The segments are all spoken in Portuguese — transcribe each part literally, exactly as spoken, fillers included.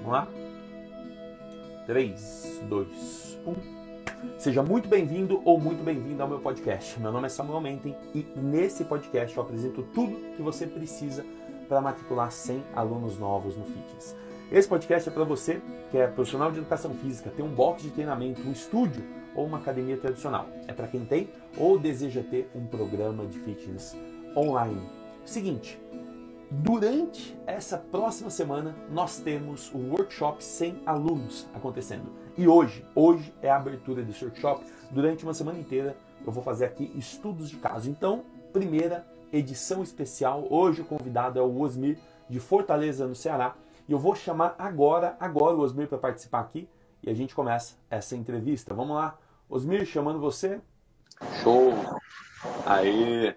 Vamos lá? três, dois, um. Seja muito bem-vindo ou muito bem-vinda ao meu podcast. Meu nome é Samuel Menten e nesse podcast eu apresento tudo que você precisa para matricular cem alunos novos no Fitness. Esse podcast é para você que é profissional de educação física, tem um box de treinamento, um estúdio ou uma academia tradicional. É para quem tem ou deseja ter um programa de fitness online. Seguinte, durante essa próxima semana nós temos o workshop cem alunos acontecendo. E hoje, hoje é a abertura desse workshop. Durante uma semana inteira eu vou fazer aqui estudos de caso. Então, primeira edição especial. Hoje o convidado é o Osmir de Fortaleza, no Ceará. E eu vou chamar agora, agora o Osmir para participar aqui e a gente começa essa entrevista. Vamos lá. Osmir, chamando você. Show! Aê!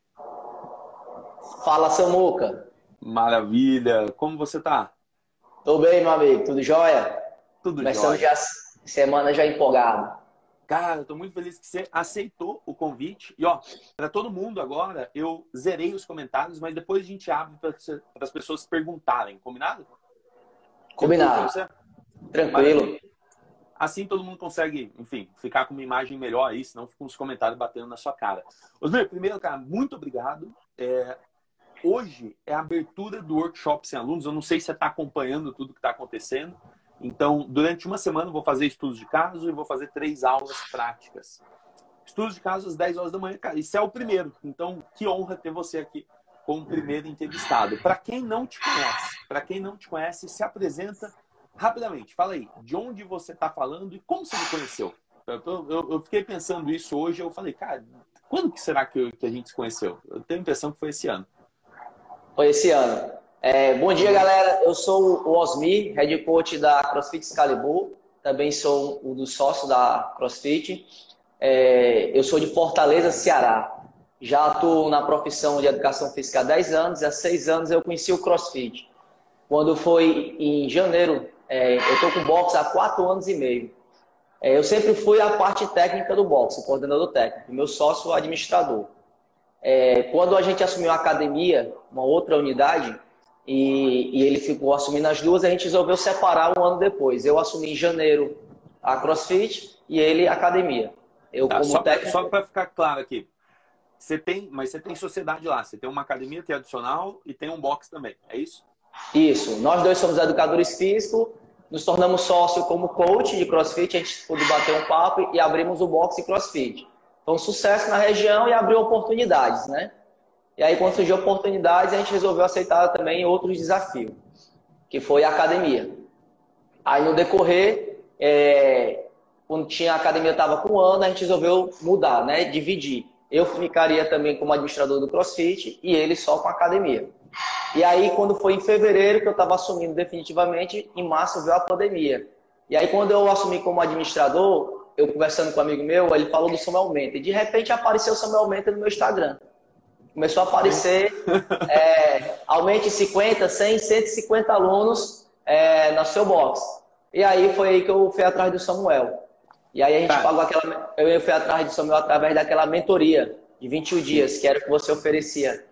Fala, Samuca. Maravilha! Como você tá? Tô bem, meu amigo. Tudo jóia? Tudo Começando jóia. já semana já empolgado. Cara, eu tô muito feliz que você aceitou o convite. E ó, para todo mundo agora, eu zerei os comentários, mas depois a gente abre para as pessoas perguntarem. Combinado? Combinado. Tranquilo. Maravilha. Assim todo mundo consegue, enfim, ficar com uma imagem melhor aí, senão fica uns comentários batendo na sua cara. Osmir, primeiro, cara, muito obrigado. É... Hoje é a abertura do workshop sem alunos. Eu não sei se você está acompanhando tudo que está acontecendo. Então, durante uma semana eu vou fazer estudos de caso e vou fazer três aulas práticas. Estudos de caso às dez horas da manhã, cara. Isso é o primeiro. Então, que honra ter você aqui como primeiro entrevistado. Para quem não te conhece, para quem não te conhece, se apresenta rapidamente. Fala aí, de onde você está falando e como você me conheceu? Eu, eu, eu fiquei pensando isso hoje. Eu falei, cara, quando que será que, eu, que a gente se conheceu? Eu tenho a impressão que foi esse ano. Foi esse ano. É, bom dia, galera. Eu sou o Osmir, head coach da CrossFit Excalibur. Também sou um dos sócios da CrossFit. É, eu sou de Fortaleza, Ceará. Já atuo na profissão de educação física há dez anos. E há seis anos eu conheci o CrossFit. Quando foi em janeiro, é, eu estou com boxe há quatro anos e meio. É, eu sempre fui a parte técnica do boxe, o coordenador técnico. Meu sócio, o administrador. É, quando a gente assumiu a academia, uma outra unidade, e, e ele ficou assumindo as duas, a gente resolveu separar um ano depois. Eu assumi em janeiro a CrossFit e ele a academia. Eu, tá, como só técnico... para ficar claro aqui, você tem, mas você tem sociedade lá, você tem uma academia tradicional e tem um box também, é isso? Isso, nós dois somos educadores físicos, nos tornamos sócios como coach de CrossFit, a gente pôde bater um papo e abrimos o box de CrossFit. Foi um sucesso na região e abriu oportunidades, né? E aí, quando surgiu oportunidades, a gente resolveu aceitar também outros desafios, que foi a academia. Aí, no decorrer, é, quando tinha a academia, estava com um ano, a gente resolveu mudar, né? Dividir. Eu ficaria também como administrador do CrossFit e ele só com a academia. E aí, quando foi em fevereiro, que eu estava assumindo definitivamente, em março veio a pandemia. E aí, quando eu assumi como administrador, eu conversando com um amigo meu, ele falou do Samuel Menten. De repente apareceu o Samuel Menten no meu Instagram. Começou a aparecer, é, aumente cinquenta, cem, cento e cinquenta alunos é, no seu box. E aí foi aí que eu fui atrás do Samuel. E aí a gente tá. pagou aquela... Eu fui atrás do Samuel através daquela mentoria de vinte e um dias, que era o que você oferecia.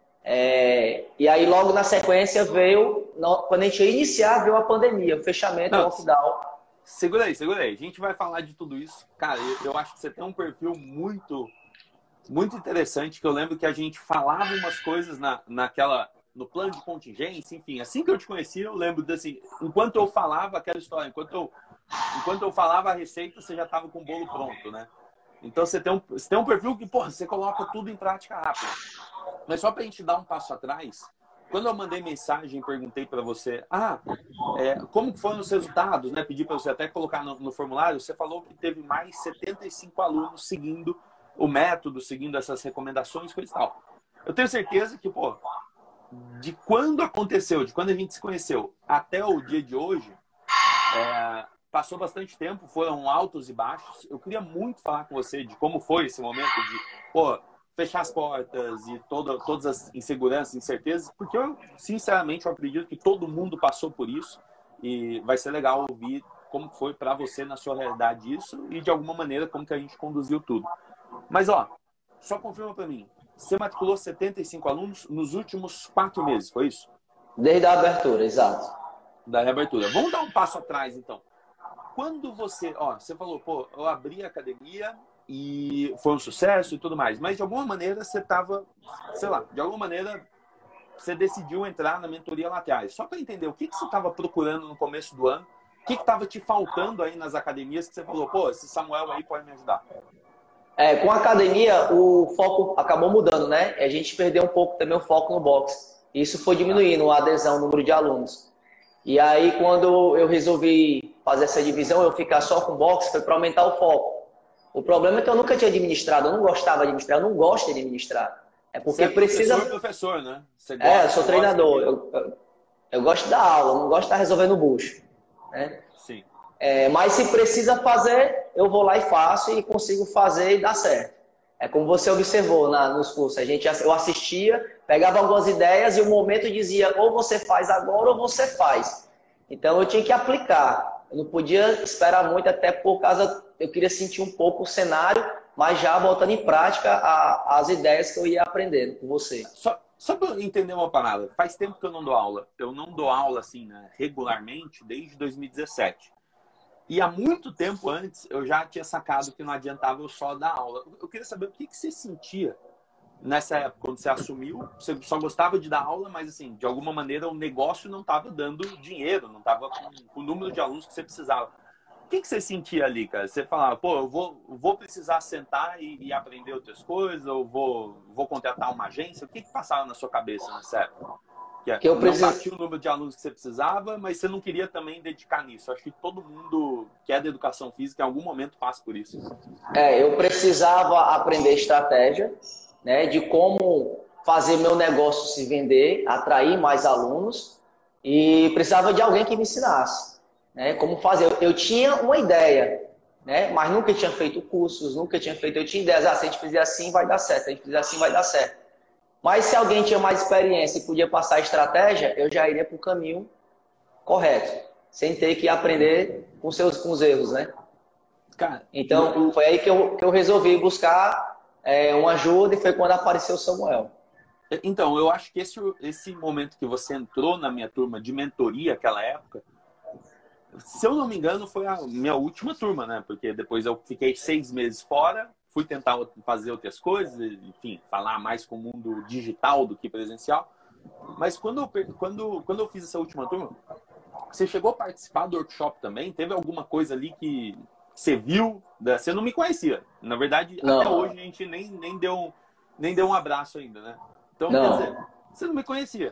É, e aí logo na sequência veio, quando a gente ia iniciar, veio a pandemia, o fechamento, o lockdown. Segura aí, segura aí. A gente vai falar de tudo isso. Cara, eu, eu acho que você tem um perfil muito, muito interessante, que eu lembro que a gente falava umas coisas na, naquela, no plano de contingência, enfim. Assim que eu te conheci, eu lembro desse... Enquanto eu falava aquela história, enquanto eu, enquanto eu falava a receita, você já estava com o bolo pronto, né? Então você tem um, você tem um perfil que, porra, você coloca tudo em prática rápido. Mas só pra gente dar um passo atrás... Quando eu mandei mensagem e perguntei para você, ah, é, como que foram os resultados, né? Pedi para você até colocar no, no formulário, você falou que teve mais setenta e cinco alunos seguindo o método, seguindo essas recomendações, coisa e tal. Eu tenho certeza que, pô, de quando aconteceu, de quando a gente se conheceu até o dia de hoje, é, passou bastante tempo, foram altos e baixos. Eu queria muito falar com você de como foi esse momento de, pô, fechar as portas e toda, todas as inseguranças, incertezas, porque eu, sinceramente, eu acredito que todo mundo passou por isso e vai ser legal ouvir como foi para você na sua realidade isso e, de alguma maneira, como que a gente conduziu tudo. Mas, ó, só confirma para mim, você matriculou setenta e cinco alunos nos últimos quatro meses, foi isso? Desde a abertura, exato. Da reabertura. Vamos dar um passo atrás, então. Quando você, ó, você falou, pô, eu abri a academia e foi um sucesso e tudo mais, mas de alguma maneira você estava, sei lá, de alguma maneira você decidiu entrar na mentoria lá atrás. Só para entender o que, que você estava procurando no começo do ano, o que estava te faltando aí nas academias que você falou, pô, esse Samuel aí pode me ajudar. É, com a academia, o foco acabou mudando, né? A gente perdeu um pouco também o foco no boxe. Isso foi diminuindo a adesão, o número de alunos. E aí, quando eu resolvi fazer essa divisão, eu ficar só com boxe, foi para aumentar o foco. O problema é que eu nunca tinha administrado, eu não gostava de administrar, eu não gosto de administrar. É porque você é precisa... professor, professor, né? Você gosta, é, eu sou treinador. de... Eu, eu, eu gosto da aula, eu não gosto de estar resolvendo bucho. Né? Sim. É, mas se precisa fazer, eu vou lá e faço e consigo fazer e dá certo. É como você observou na, nos cursos. A gente, eu assistia, pegava algumas ideias e o momento dizia ou você faz agora ou você faz. Então eu tinha que aplicar. Eu não podia esperar muito, até por causa... Eu queria sentir um pouco o cenário, mas já botando em prática a, as ideias que eu ia aprendendo com você. Só, só para eu entender uma parada. Faz tempo que eu não dou aula. Eu não dou aula assim, né, regularmente desde dois mil e dezessete. E há muito tempo antes eu já tinha sacado que não adiantava eu só dar aula. Eu queria saber o que, que você sentia nessa época, quando você assumiu. Você só gostava de dar aula, mas assim, de alguma maneira o negócio não estava dando dinheiro, não estava com, com o número de alunos que você precisava. O que, que você sentia ali, cara? Você falava, pô, eu vou, vou precisar sentar e, e aprender outras coisas, ou vou, vou contratar uma agência? O que, que passava na sua cabeça nessa época? Que, que eu não preciso... batia o número de alunos que você precisava, mas você não queria também dedicar nisso. Acho que todo mundo que é da educação física em algum momento passa por isso. É, eu precisava aprender estratégia, né, de como fazer meu negócio se vender, atrair mais alunos, e precisava de alguém que me ensinasse, né, como fazer. Eu, eu tinha uma ideia, né, mas nunca tinha feito cursos, nunca tinha feito. Eu tinha ideias, ah, se a gente fizer assim vai dar certo, se a gente fizer assim vai dar certo. Mas se alguém tinha mais experiência e podia passar a estratégia, eu já iria para o caminho correto, sem ter que aprender com, seus, com os erros, né? Cara, então, eu... foi aí que eu, que eu resolvi buscar é, uma ajuda e foi quando apareceu o Samuel. Então, eu acho que esse, esse momento que você entrou na minha turma de mentoria, aquela época, se eu não me engano, foi a minha última turma, né? Porque depois eu fiquei seis meses fora, fui tentar fazer outras coisas, enfim, falar mais com o mundo digital do que presencial. Mas quando eu, quando, quando eu fiz essa última turma, você chegou a participar do workshop também? Teve alguma coisa ali que você viu? Você não me conhecia. Na verdade, não. Até hoje a gente nem, nem, deu, nem deu um abraço ainda, né? Então, não. Quer dizer, você não me conhecia.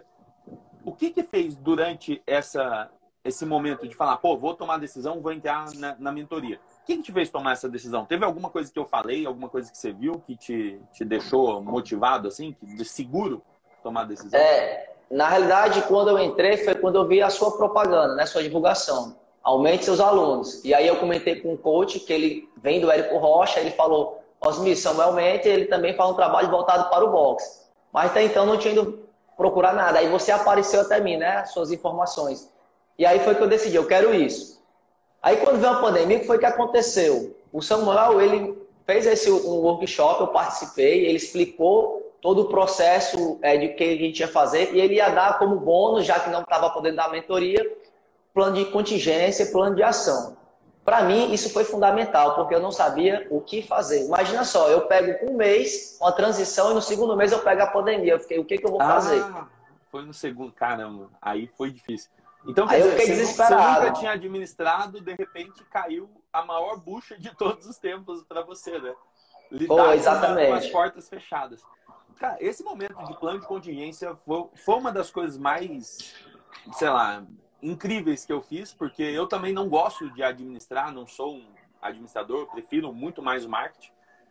O que que fez durante essa, esse momento de falar, pô, vou tomar a decisão, vou entrar na, na mentoria? O que, que te fez tomar essa decisão? Teve alguma coisa que eu falei, alguma coisa que você viu que te, te deixou motivado, assim, que, seguro tomar a decisão? É, na realidade, quando eu entrei, foi quando eu vi a sua propaganda, né, sua divulgação. Aumente seus alunos. E aí eu comentei com um coach, que ele vem do Érico Rocha, ele falou, Osmir, Samuel Mente, ele também faz um trabalho voltado para o boxe. Mas até então não tinha ido procurar nada. Aí você apareceu até mim, né, suas informações. E aí foi que eu decidi, eu quero isso. Aí quando veio a pandemia, o que foi que aconteceu? O Samuel, ele fez esse um workshop, eu participei, ele explicou todo o processo é, de que a gente ia fazer e ele ia dar como bônus, já que não estava podendo dar mentoria, plano de contingência, plano de ação. Para mim, isso foi fundamental, porque eu não sabia o que fazer. Imagina só, eu pego um mês, uma transição, e no segundo mês eu pego a pandemia. Eu fiquei, o que, que eu vou fazer? Ah, foi no segundo, caramba, aí foi difícil. Então, aí quer eu dizer, fiquei você, desesperado. Você nunca tinha administrado, de repente caiu a maior bucha de todos os tempos para você, né? Lidar Pô, exatamente. com as portas fechadas. Cara, esse momento de plano de contingência foi, foi uma das coisas mais, sei lá, incríveis que eu fiz, porque eu também não gosto de administrar, não sou um administrador, prefiro muito mais o marketing.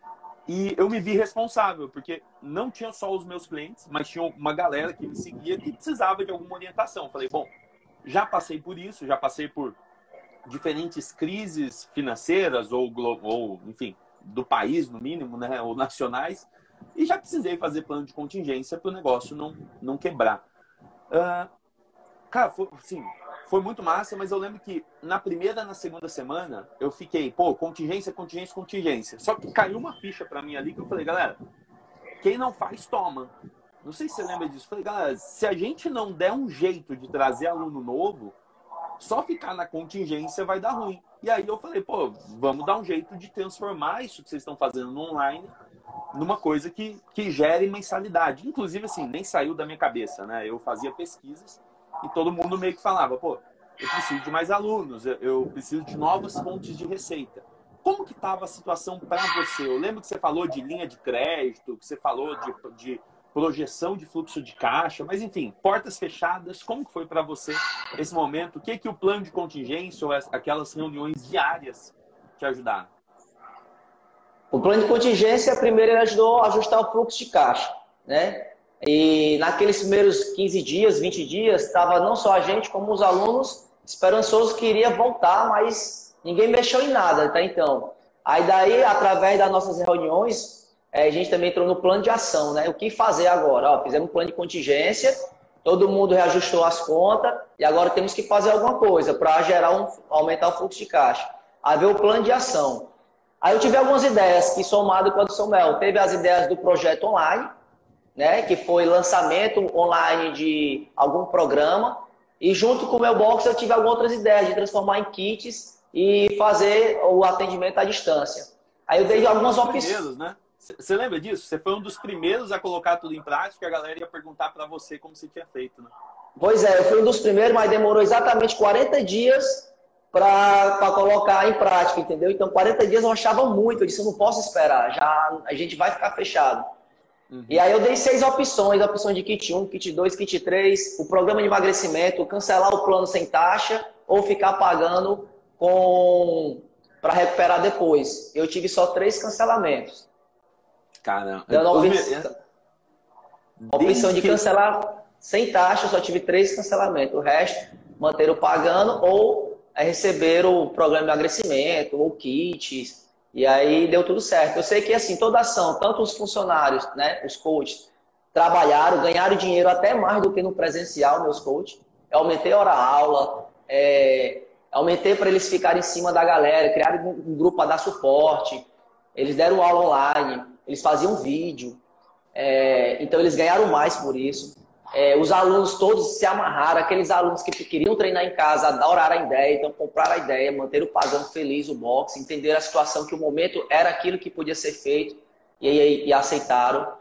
E eu me vi responsável, porque não tinha só os meus clientes, mas tinha uma galera que me seguia que precisava de alguma orientação. Falei, bom, já passei por isso, já passei por diferentes crises financeiras ou, ou enfim, do país, no mínimo, né, ou nacionais, e já precisei fazer plano de contingência para o negócio não, não quebrar. Uh, cara, foi, assim, foi muito massa, mas eu lembro que na primeira e na segunda semana eu fiquei, pô, contingência, contingência, contingência. Só que caiu uma ficha para mim ali que eu falei, galera, quem não faz, toma. Não sei se você lembra disso. Eu falei, galera, se a gente não der um jeito de trazer aluno novo, só ficar na contingência vai dar ruim. E aí eu falei, pô, vamos dar um jeito de transformar isso que vocês estão fazendo no online numa coisa que, que gere mensalidade. Inclusive, assim, nem saiu da minha cabeça, né? Eu fazia pesquisas e todo mundo meio que falava, pô, eu preciso de mais alunos, eu, eu preciso de novas fontes de receita. Como que estava a situação para você? Eu lembro que você falou de linha de crédito, que você falou de, de projeção de fluxo de caixa, mas enfim, portas fechadas, como que foi para você esse momento? O que que o plano de contingência ou aquelas reuniões diárias te ajudaram? O plano de contingência, primeiro, ele ajudou a ajustar o fluxo de caixa, né? E naqueles primeiros quinze dias, vinte dias, estava não só a gente, como os alunos esperançosos que iria voltar, mas ninguém mexeu em nada até então. Aí daí, através das nossas reuniões, a gente também entrou no plano de ação, né? O que fazer agora? Ó, fizemos um plano de contingência, todo mundo reajustou as contas e agora temos que fazer alguma coisa para gerar um, aumentar o fluxo de caixa. Aí veio o plano de ação. Aí eu tive algumas ideias que, somado com a do Samuel, teve as ideias do projeto online, né? Que foi lançamento online de algum programa. E junto com o meu box eu tive algumas outras ideias de transformar em kits e fazer o atendimento à distância. Aí eu dei algumas opções. Né? Você lembra disso? Você foi um dos primeiros a colocar tudo em prática, a galera ia perguntar para você como você tinha feito, né? Pois é, eu fui um dos primeiros, mas demorou exatamente quarenta dias para colocar em prática, entendeu? Então, quarenta dias eu achava muito, eu disse, eu não posso esperar, já a gente vai ficar fechado. Uhum. E aí eu dei seis opções, a opção de kit um, kit dois, kit três, o programa de emagrecimento, cancelar o plano sem taxa ou ficar pagando com para recuperar depois. Eu tive só três cancelamentos. Caramba. Dando a opção, a opção de cancelar sem taxa, eu só tive três cancelamentos. O resto, manter o pagando ou receber o programa de emagrecimento ou kits. E aí deu tudo certo. Eu sei que assim, toda ação, tanto os funcionários, né, os coaches, trabalharam, ganharam dinheiro até mais do que no presencial, meus coaches. Eu aumentei a hora-aula, é, aumentei para eles ficarem em cima da galera, criaram um grupo para dar suporte. Eles deram aula online, eles faziam vídeo. É, então eles ganharam mais por isso. É, os alunos todos se amarraram, aqueles alunos que queriam treinar em casa, adoraram a ideia, então compraram a ideia, manteram pagando feliz o boxe, entenderam a situação, que o momento era aquilo que podia ser feito e, e, e aceitaram.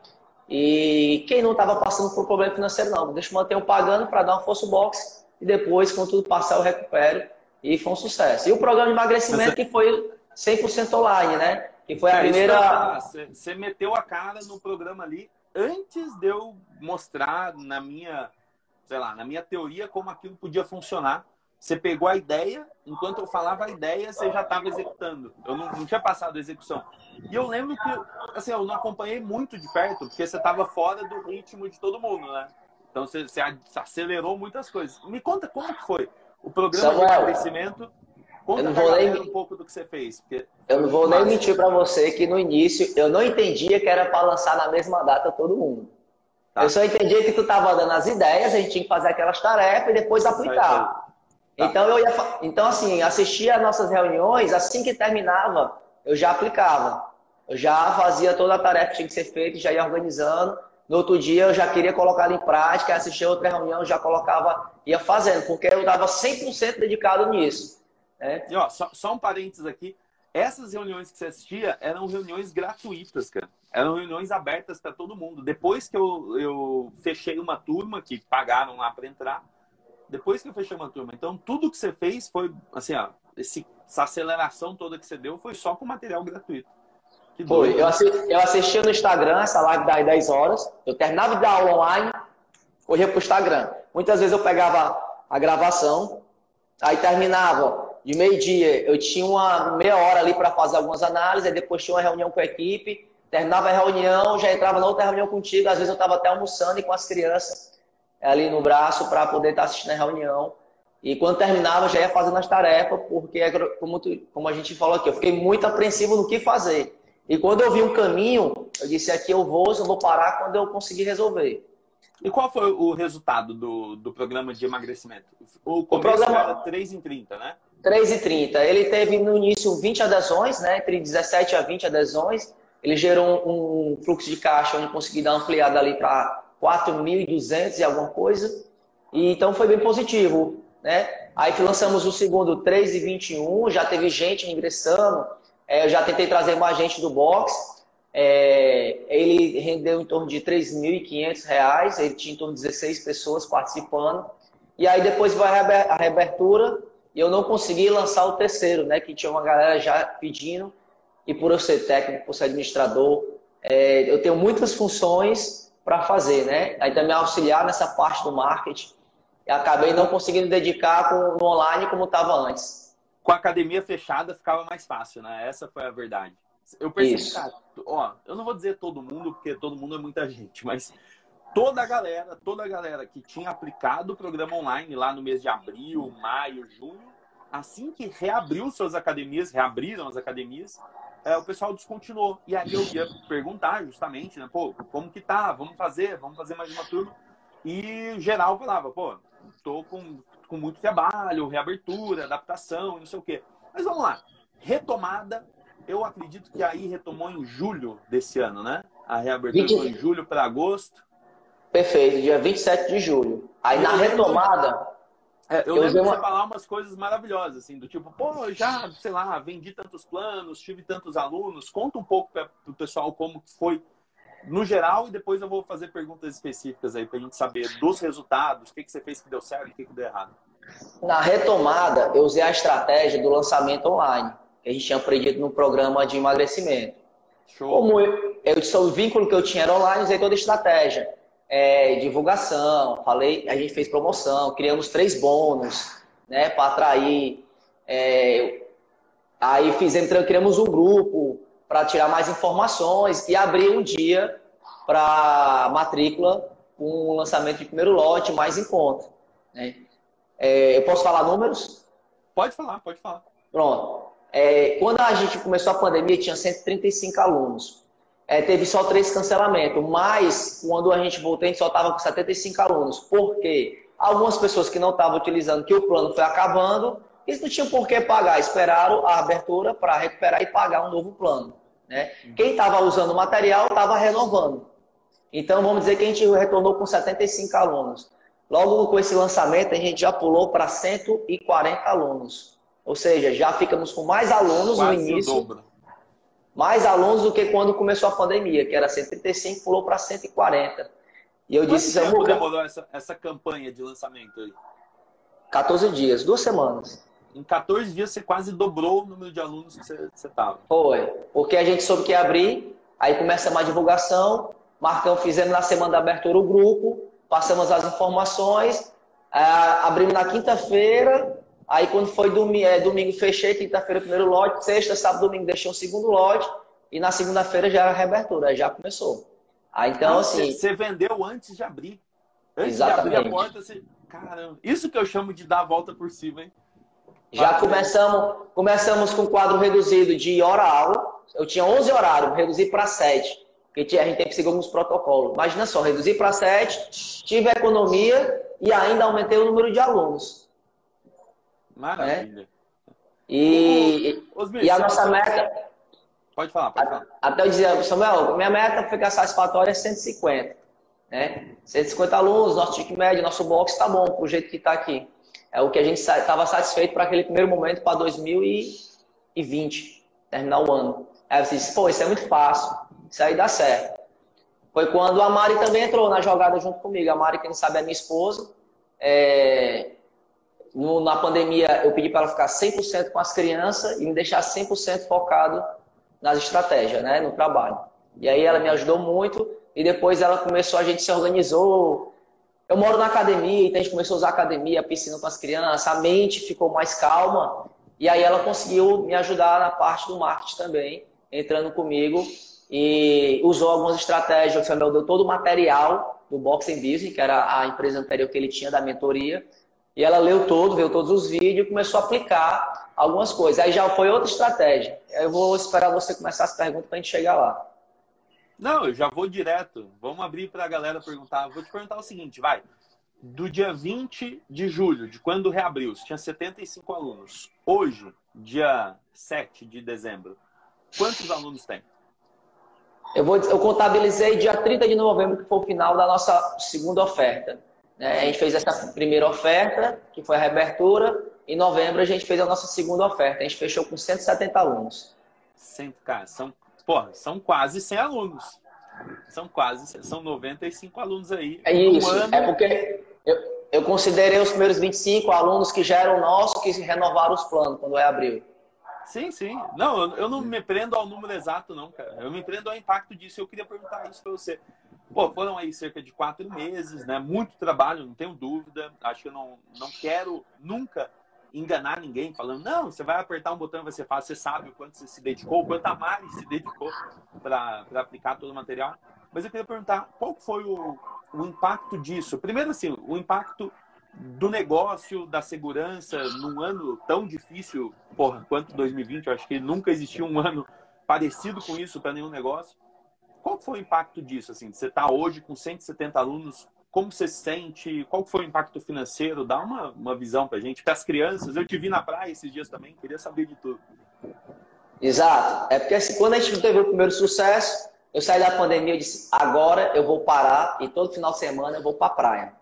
E quem não estava passando por problema financeiro, não, deixa eu manter o pagando para dar uma força ao boxe e depois, quando tudo passar, eu recupero. E foi um sucesso. E o programa de emagrecimento Mas... que foi cem por cento online, né? Que foi a é, primeira... Você meteu a cara no programa ali antes de eu mostrar na minha, sei lá, na minha teoria como aquilo podia funcionar. Você pegou a ideia, enquanto eu falava a ideia, você já estava executando. Eu não, não tinha passado a execução. E eu lembro que, assim, eu não acompanhei muito de perto, porque você estava fora do ritmo de todo mundo, né? Então você, você acelerou muitas coisas. Me conta como que foi o programa Samuel, de emagrecimento. Conta pra galera nem... um pouco do que você fez. Porque... Eu não vou nem mentir para você que no início eu não entendia que era para lançar na mesma data todo mundo. Tá. Eu só entendia que tu tava dando as ideias, a gente tinha que fazer aquelas tarefas e depois aplicar. Tá. Então eu ia, então assim, assistia às nossas reuniões, assim que terminava, eu já aplicava. Eu já fazia toda a tarefa que tinha que ser feita, já ia organizando. No outro dia eu já queria colocar ela em prática, assistia outra reunião, eu já colocava, ia fazendo, porque eu estava cem por cento dedicado nisso. É. E ó, só, só um parênteses aqui. Essas reuniões que você assistia eram reuniões gratuitas, cara. Eram reuniões abertas para todo mundo. Depois que eu, eu fechei uma turma, que pagaram lá para entrar, depois que eu fechei uma turma. Então, tudo que você fez foi, assim, ó, esse, essa aceleração toda que você deu foi só com material gratuito. Que foi. Eu, assisti, eu assistia no Instagram, essa live das dez horas. Eu terminava de dar aula online, corria pro Instagram. Muitas vezes eu pegava a gravação, aí terminava... De meio-dia, eu tinha uma meia hora ali para fazer algumas análises, aí depois tinha uma reunião com a equipe, terminava a reunião, já entrava na outra reunião contigo, às vezes eu estava até almoçando e com as crianças ali no braço para poder estar assistindo a reunião. E quando terminava, já ia fazendo as tarefas, porque, como, tu, como a gente falou aqui, eu fiquei muito apreensivo no que fazer. E quando eu vi um caminho, eu disse, aqui eu vou, só vou parar quando eu conseguir resolver. E qual foi o resultado do, do programa de emagrecimento? O começo o programa... era três em trinta, né? três e trinta. Ele teve no início vinte adesões, né? Entre dezessete a vinte adesões. Ele gerou um, um fluxo de caixa onde consegui dar uma ampliada ali para quatro mil e duzentos e alguma coisa. E, então foi bem positivo, né? Aí lançamos o segundo três e vinte e um, já teve gente ingressando, é, eu já tentei trazer mais gente do box, é, ele rendeu em torno de três mil e quinhentos reais, ele tinha em torno de dezesseis pessoas participando, e aí depois vai a reabertura, e eu não consegui lançar o terceiro, né, que tinha uma galera já pedindo, e por eu ser técnico, por ser administrador, é, eu tenho muitas funções para fazer, né, aí também auxiliar nessa parte do marketing. Eu acabei não conseguindo dedicar com, no online como estava antes. Com a academia fechada ficava mais fácil, né? Essa foi a verdade. Eu percebi, Isso. cara, ó, eu não vou dizer todo mundo, porque todo mundo é muita gente, mas toda a galera, toda a galera que tinha aplicado o programa online lá no mês de abril, maio, junho, assim que reabriu suas academias, reabriram as academias, é, o pessoal descontinuou. E aí eu ia perguntar justamente, né? Pô, como que tá? Vamos fazer? Vamos fazer mais uma turma? E geral falava, pô, tô com, com muito trabalho, reabertura, adaptação, não sei o quê. Mas vamos lá. Retomada, eu acredito que aí retomou em julho desse ano, né? A reabertura vinte... foi em julho para agosto. Perfeito, dia vinte e sete de julho. Aí eu na retomada... É, eu, eu lembro de uma... você falar umas coisas maravilhosas, assim, do tipo, pô, já, sei lá, vendi tantos planos, tive tantos alunos. Conta um pouco para o pessoal como foi no geral, e depois eu vou fazer perguntas específicas aí pra gente saber dos resultados, o que, que você fez que deu certo e o que, que deu errado. Na retomada, eu usei a estratégia do lançamento online, que a gente tinha aprendido no programa de emagrecimento. Show. Como eu, eu disse, o vínculo que eu tinha era online, usei toda a estratégia. É, divulgação, falei, a gente fez promoção, criamos três bônus, né, para atrair. É, aí fizemos, criamos um grupo para tirar mais informações e abrir um dia para matrícula com o lançamento de primeiro lote mais em conta. Né? É, eu posso falar números? Pode falar, pode falar. Pronto. É, quando a gente começou a pandemia, tinha cento e trinta e cinco alunos. É, teve só três cancelamentos, mas quando a gente voltou, a gente só estava com setenta e cinco alunos. Por quê? Algumas pessoas que não estavam utilizando, que o plano foi acabando, eles não tinham por que pagar, esperaram a abertura para recuperar e pagar um novo plano. Né? Quem estava usando o material estava renovando. Então, vamos dizer que a gente retornou com setenta e cinco alunos. Logo com esse lançamento, a gente já pulou para cento e quarenta alunos. Ou seja, já ficamos com mais alunos Quase no início. O dobro. Mais alunos do que quando começou a pandemia, que era cento e trinta e cinco, pulou para cento e quarenta. E eu Quanto disse... tempo Samuca, demorou essa, essa campanha de lançamento aí? quatorze dias, duas semanas. Em quatorze dias você quase dobrou o número de alunos que você estava. Foi, porque a gente soube que ia abrir, aí começa uma divulgação, marcamos, fizemos na semana da abertura o grupo, passamos as informações, ah, abrimos na quinta-feira, aí quando foi domingo, é, domingo fechei, quinta-feira o primeiro lote, sexta, sábado, domingo deixei o segundo lote, e na segunda-feira já era a reabertura, aí já começou. Aí, então, ah, assim... Você vendeu antes de abrir. Antes exatamente. de abrir a porta, você... Caramba, isso que eu chamo de dar a volta por cima, hein? Já começamos, começamos com quadro reduzido de hora-aula. Eu tinha onze horários, reduzi para sete. Porque a gente tem que seguir alguns protocolos. Imagina só, reduzi para sete, tive economia e ainda aumentei o número de alunos. Maravilha. Né? E, Osmir, e a nossa meta... Pode falar, pode falar. Até eu dizer, Samuel, minha meta ficar satisfatória é cento e cinquenta. Né? cento e cinquenta alunos, nosso ticket médio, nosso box tá bom, pro jeito que tá aqui. É o que a gente estava satisfeito para aquele primeiro momento, para dois mil e vinte, terminar o ano. Aí eu disse, pô, isso é muito fácil, isso aí dá certo. Foi quando a Mari também entrou na jogada junto comigo. A Mari, quem não sabe, é minha esposa. É... No, na pandemia, eu pedi para ela ficar cem por cento com as crianças e me deixar cem por cento focado nas estratégias, né, no trabalho. E aí ela me ajudou muito e depois ela começou, a gente se organizou. Eu moro na academia, então a gente começou a usar a academia, a piscina com as crianças, a mente ficou mais calma. E aí ela conseguiu me ajudar na parte do marketing também, entrando comigo. E usou algumas estratégias. O Samuel deu todo o material do Boxing Business, que era a empresa anterior que ele tinha da mentoria. E ela leu todo, viu todos os vídeos e começou a aplicar algumas coisas. Aí já foi outra estratégia. Eu vou esperar você começar as perguntas para a gente chegar lá. Não, eu já vou direto. Vamos abrir para a galera perguntar. Vou te perguntar o seguinte, vai. Do dia vinte de julho, de quando reabriu, você tinha setenta e cinco alunos. Hoje, dia sete de dezembro, quantos alunos tem? Eu, vou, eu contabilizei dia trinta de novembro, que foi o final da nossa segunda oferta. Né? A gente fez essa primeira oferta, que foi a reabertura. Em novembro, a gente fez a nossa segunda oferta. A gente fechou com cento e setenta alunos. Cento, cara, são, porra, são quase cem alunos. São quase, são noventa e cinco alunos aí. É isso, ano... é porque eu, eu considerei os primeiros vinte e cinco alunos que já eram nossos, que renovaram os planos quando reabriu. Sim, sim. Não, eu, eu não me prendo ao número exato, não, cara. Eu me prendo ao impacto disso. Eu queria perguntar isso para você. Pô, foram aí cerca de quatro meses, né? Muito trabalho, não tenho dúvida. Acho que eu não, não quero nunca enganar ninguém falando, não, você vai apertar um botão e vai ser fácil. Você sabe o quanto você se dedicou, o quanto a Mari se dedicou para aplicar todo o material. Mas eu queria perguntar, qual foi o, o impacto disso? Primeiro, assim, o impacto do negócio, da segurança, num ano tão difícil, porra, quanto dois mil e vinte, eu acho que nunca existiu um ano parecido com isso para nenhum negócio. Qual foi o impacto disso? Assim, você está hoje com cento e setenta alunos, como você se sente? Qual foi o impacto financeiro? Dá uma, uma visão para a gente. Para as crianças, eu te vi na praia esses dias também, queria saber de tudo. Exato. É porque assim, quando a gente teve o primeiro sucesso, eu saí da pandemia e disse, agora eu vou parar e todo final de semana eu vou para a praia.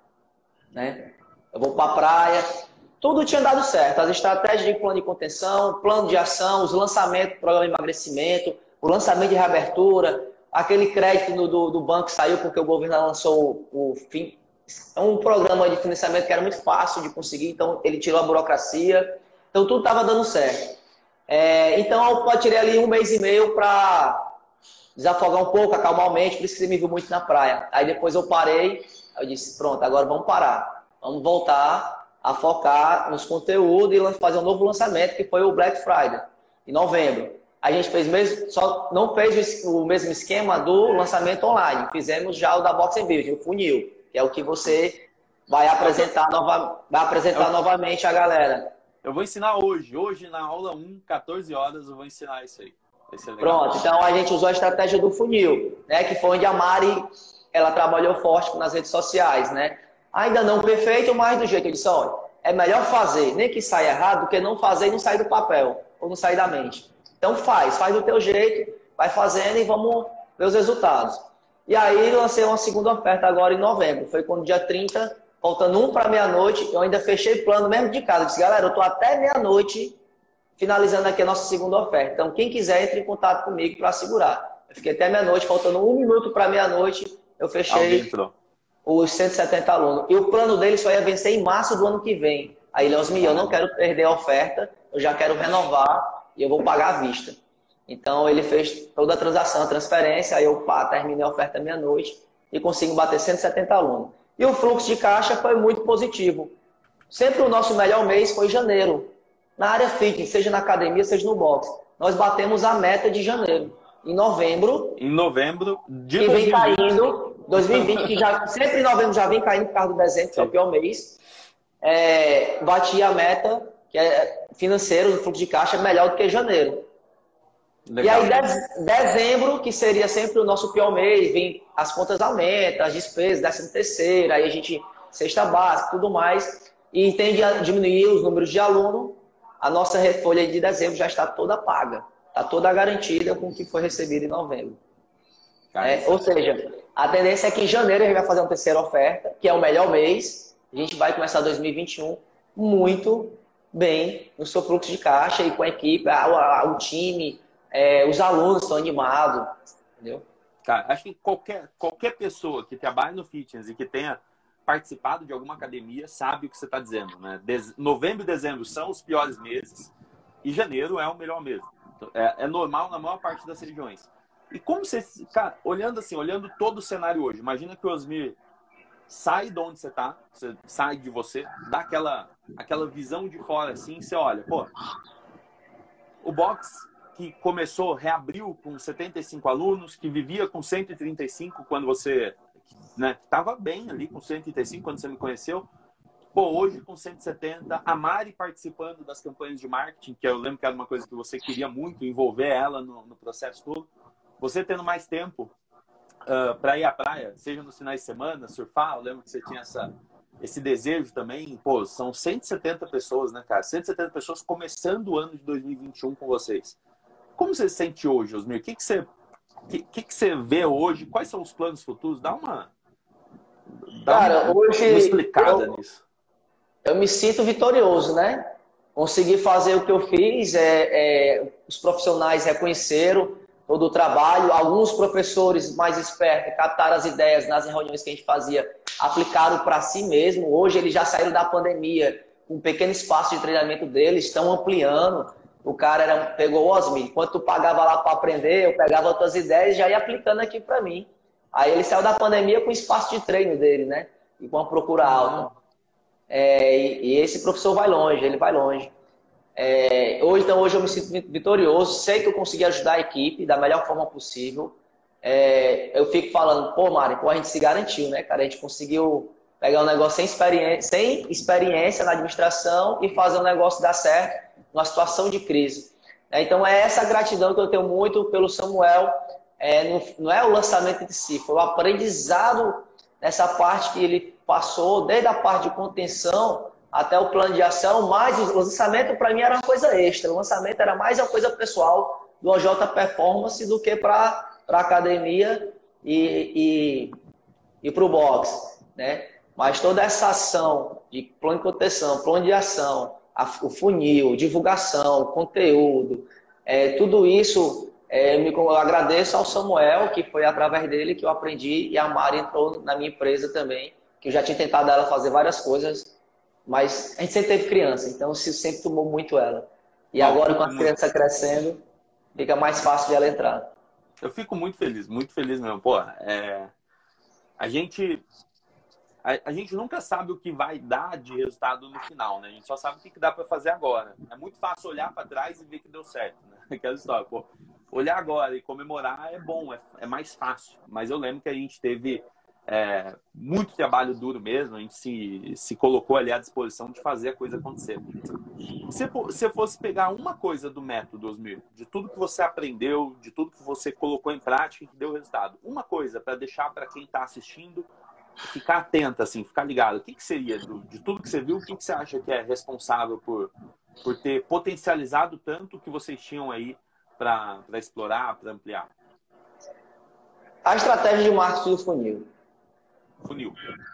Né? Eu vou para a praia. Tudo tinha dado certo. As estratégias de plano de contenção, plano de ação, os lançamentos do programa de emagrecimento, o lançamento de reabertura, aquele crédito do, do, do banco saiu porque o governo lançou o, o fim. É um programa de financiamento que era muito fácil de conseguir, então ele tirou a burocracia. Então tudo estava dando certo. É, então eu tirei ali um mês e meio para desafogar um pouco, acalmar a mente, por isso que você me viu muito na praia. Aí depois eu parei, eu disse, pronto, agora vamos parar. Vamos voltar a focar nos conteúdos e fazer um novo lançamento, que foi o Black Friday, em novembro. A gente fez mesmo, só não fez o mesmo esquema do lançamento online. Fizemos já o da Box and Build, o funil, que é o que você vai apresentar, nova, vai apresentar eu, novamente a galera. Eu vou ensinar hoje. Hoje, na aula um, quatorze horas, eu vou ensinar isso aí. Pronto, então a gente usou a estratégia do funil, né? Que foi onde a Mari ela trabalhou forte nas redes sociais, né? Ainda não perfeito, mas do jeito que eu disse, olha, é melhor fazer, nem que saia errado, do que não fazer e não sair do papel, ou não sair da mente. Então faz, faz do teu jeito, vai fazendo e vamos ver os resultados. E aí lancei uma segunda oferta agora em novembro, foi quando dia trinta, faltando um para meia-noite, eu ainda fechei plano mesmo de casa. Eu disse, galera, eu tô até meia-noite finalizando aqui a nossa segunda oferta. Então quem quiser, entre em contato comigo para segurar. Eu fiquei até meia-noite, faltando um minuto para meia-noite, eu fechei os cento e setenta alunos. E o plano dele só ia vencer em março do ano que vem. Aí, Leosmi, eu não quero perder a oferta, eu já quero renovar e eu vou pagar à vista. Então, ele fez toda a transação, a transferência, aí eu pá, terminei a oferta meia-noite e consigo bater cento e setenta alunos. E o fluxo de caixa foi muito positivo. Sempre o nosso melhor mês foi janeiro. Na área fitness, seja na academia, seja no boxe. Nós batemos a meta de janeiro. Em novembro... Em novembro de que vem caindo... dois mil e vinte, que já, sempre em novembro já vem caindo por causa do dezembro, que é o pior mês. É, bati a meta, que é financeiro, do fluxo de caixa, melhor do que janeiro. Legal. E aí, dez, dezembro, que seria sempre o nosso pior mês, vem, as contas aumentam, as despesas, décimo terceiro, aí a gente, cesta básica, tudo mais, e tende a diminuir os números de aluno, a nossa folha de dezembro já está toda paga, está toda garantida com o que foi recebido em novembro. É, ou seja, a tendência é que em janeiro a gente vai fazer uma terceira oferta, que é o melhor mês. A gente vai começar dois mil e vinte e um muito bem no seu fluxo de caixa e com a equipe, a, a, o time, é, os alunos estão animados, entendeu? Cara, acho que qualquer, qualquer pessoa que trabalhe no fitness e que tenha participado de alguma academia sabe o que você está dizendo, né? Dez, novembro e dezembro são os piores meses e janeiro é o melhor mês. É, é normal na maior parte das regiões. E como você, cara, olhando assim, olhando todo o cenário hoje, imagina que o Osmir sai de onde você está, você sai de você, dá aquela, aquela visão de fora assim, você olha, pô, o box que começou, reabriu com setenta e cinco alunos, que vivia com cento e trinta e cinco quando você, né, estava bem ali com cento e trinta e cinco quando você me conheceu, pô, hoje com cento e setenta, a Mari participando das campanhas de marketing, que eu lembro que era uma coisa que você queria muito, envolver ela no, no processo todo. Você tendo mais tempo uh, para ir à praia, seja nos finais de semana, surfar, eu lembro que você tinha essa, esse desejo também. Pô, são cento e setenta pessoas, né, cara? cento e setenta pessoas começando o ano de dois mil e vinte e um com vocês. Como você se sente hoje, Osmir? O que, que, você, que, que, que você vê hoje? Quais são os planos futuros? Dá uma, Dá Cara, uma, hoje uma explicada eu, nisso. eu me sinto vitorioso, né? Consegui fazer o que eu fiz, é, é, os profissionais reconheceram todo o trabalho, alguns professores mais espertos captaram as ideias nas reuniões que a gente fazia, aplicaram para si mesmo. Hoje eles já saíram da pandemia com um pequeno espaço de treinamento deles, estão ampliando. O cara era, pegou o Osmi, enquanto tu pagava lá para aprender, eu pegava outras ideias e já ia aplicando aqui para mim. Aí ele saiu da pandemia com o espaço de treino dele, né? E com a procura alta. É, e, e esse professor vai longe, ele vai longe. É, hoje, então, hoje eu me sinto vitorioso, sei que eu consegui ajudar a equipe da melhor forma possível. É, eu fico falando, pô, Mário, pô, a gente se garantiu, né, cara? A gente conseguiu pegar um negócio sem experiência, sem experiência na administração e fazer um negócio dar certo numa situação de crise. É, então, é essa gratidão que eu tenho muito pelo Samuel. É, não, não é o lançamento de si, foi o aprendizado nessa parte que ele passou, desde a parte de contenção até o plano de ação, mas o lançamento para mim era uma coisa extra. O lançamento era mais uma coisa pessoal do O J Performance do que para a academia e, e, e para o boxe, né? Mas toda essa ação de plano de contenção, plano de ação, a, o funil, divulgação, conteúdo, é, tudo isso é, me, eu agradeço ao Samuel, que foi através dele que eu aprendi, e a Mari entrou na minha empresa também, que eu já tinha tentado ela fazer várias coisas, mas a gente sempre teve criança, então isso sempre tomou muito ela. E agora, com a criança crescendo, fica mais fácil de ela entrar. Eu fico muito feliz, muito feliz mesmo. Pô, é... a gente... A, a gente nunca sabe o que vai dar de resultado no final, né? A gente só sabe o que, que dá para fazer agora. É muito fácil olhar para trás e ver que deu certo, né? Aquela história, pô, olhar agora e comemorar é bom, é, é mais fácil. Mas eu lembro que a gente teve é, muito trabalho duro mesmo, a gente se, se colocou ali à disposição de fazer a coisa acontecer. Se você fosse pegar uma coisa do método, Osmir, de tudo que você aprendeu, de tudo que você colocou em prática e que deu resultado, uma coisa para deixar para quem está assistindo ficar atento, assim, ficar ligado. O que, que seria, do, de tudo que você viu, o que, que você acha que é responsável por, por ter potencializado tanto que vocês tinham aí para explorar, para ampliar? A estratégia de marketing do funil. Funil.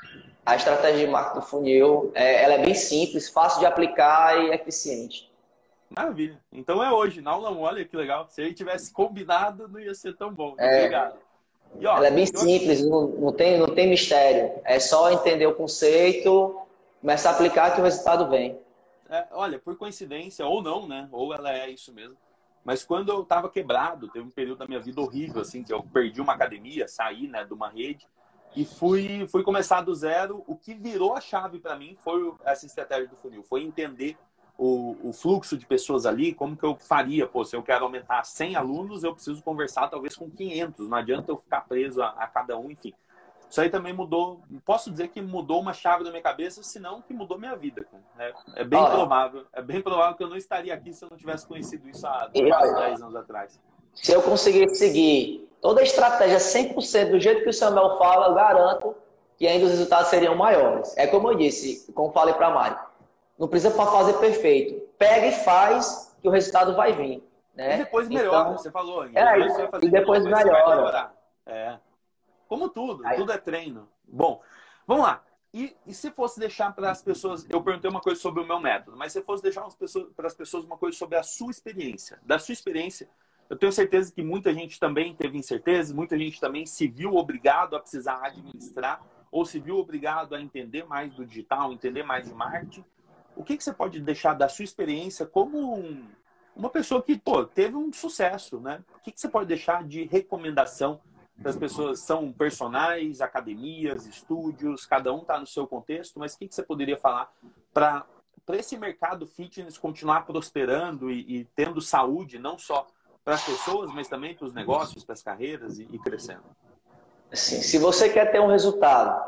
A estratégia de marketing do funil, é, ela é bem simples, fácil de aplicar e eficiente. Maravilha. Então é hoje, na aula, olha que legal. Se a gente tivesse combinado, não ia ser tão bom. É... Obrigado. E, ó, ela é bem eu... simples, não, não, tem, não tem mistério. É só entender o conceito, começar a aplicar que o resultado vem. É, olha, por coincidência, ou não, né? Ou ela é isso mesmo. Mas quando eu estava quebrado, teve um período da minha vida horrível, assim, que eu perdi uma academia, saí, né, de uma rede e fui, fui começar do zero. O que virou a chave para mim foi essa estratégia do funil. Foi entender o, o fluxo de pessoas ali, como que eu faria. Pô, se eu quero aumentar cem alunos, eu preciso conversar talvez com quinhentos. Não adianta eu ficar preso a, a cada um, enfim. Isso aí também mudou, posso dizer que mudou uma chave na minha cabeça, senão que mudou minha vida. Né? É bem Olha, provável, é bem provável que eu não estaria aqui se eu não tivesse conhecido isso há quase dez anos atrás. Se eu conseguir seguir toda a estratégia cem por cento do jeito que o Samuel fala, eu garanto que ainda os resultados seriam maiores. É como eu disse, como falei para a Mari, não precisa para fazer perfeito. Pega e faz que o resultado vai vir. Né? E depois melhora, então, você falou. É, depois você vai fazer e depois de novo, melhora. É. Como tudo, Aí. tudo é treino. Bom, vamos lá. E, e se fosse deixar para as pessoas... Eu perguntei uma coisa sobre o meu método, mas se fosse deixar para as pessoas uma coisa sobre a sua experiência. Da sua experiência, eu tenho certeza que muita gente também teve incerteza, muita gente também se viu obrigado a precisar administrar ou se viu obrigado a entender mais do digital, entender mais de marketing. O que, que você pode deixar da sua experiência como um, uma pessoa que pô, teve um sucesso, né? O que, que você pode deixar de recomendação para as pessoas? São personagens, academias, estúdios, cada um está no seu contexto, mas o que, que você poderia falar para esse mercado fitness continuar prosperando e, e tendo saúde, não só para as pessoas, mas também para os negócios, para as carreiras e, e crescendo? Assim, se você quer ter um resultado,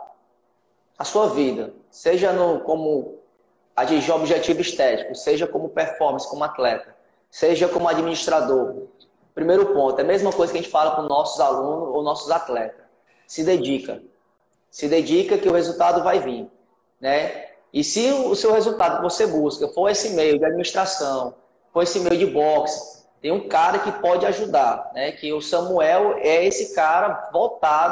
a sua vida, seja no, como atingir objetivo estético, seja como performance, como atleta, seja como administrador, primeiro ponto, é a mesma coisa que a gente fala para os nossos alunos ou nossos atletas. Se dedica. Se dedica que o resultado vai vir. Né? E se o seu resultado que você busca for esse meio de administração, for esse meio de boxe, tem um cara que pode ajudar. Né? Que o Samuel é esse cara voltado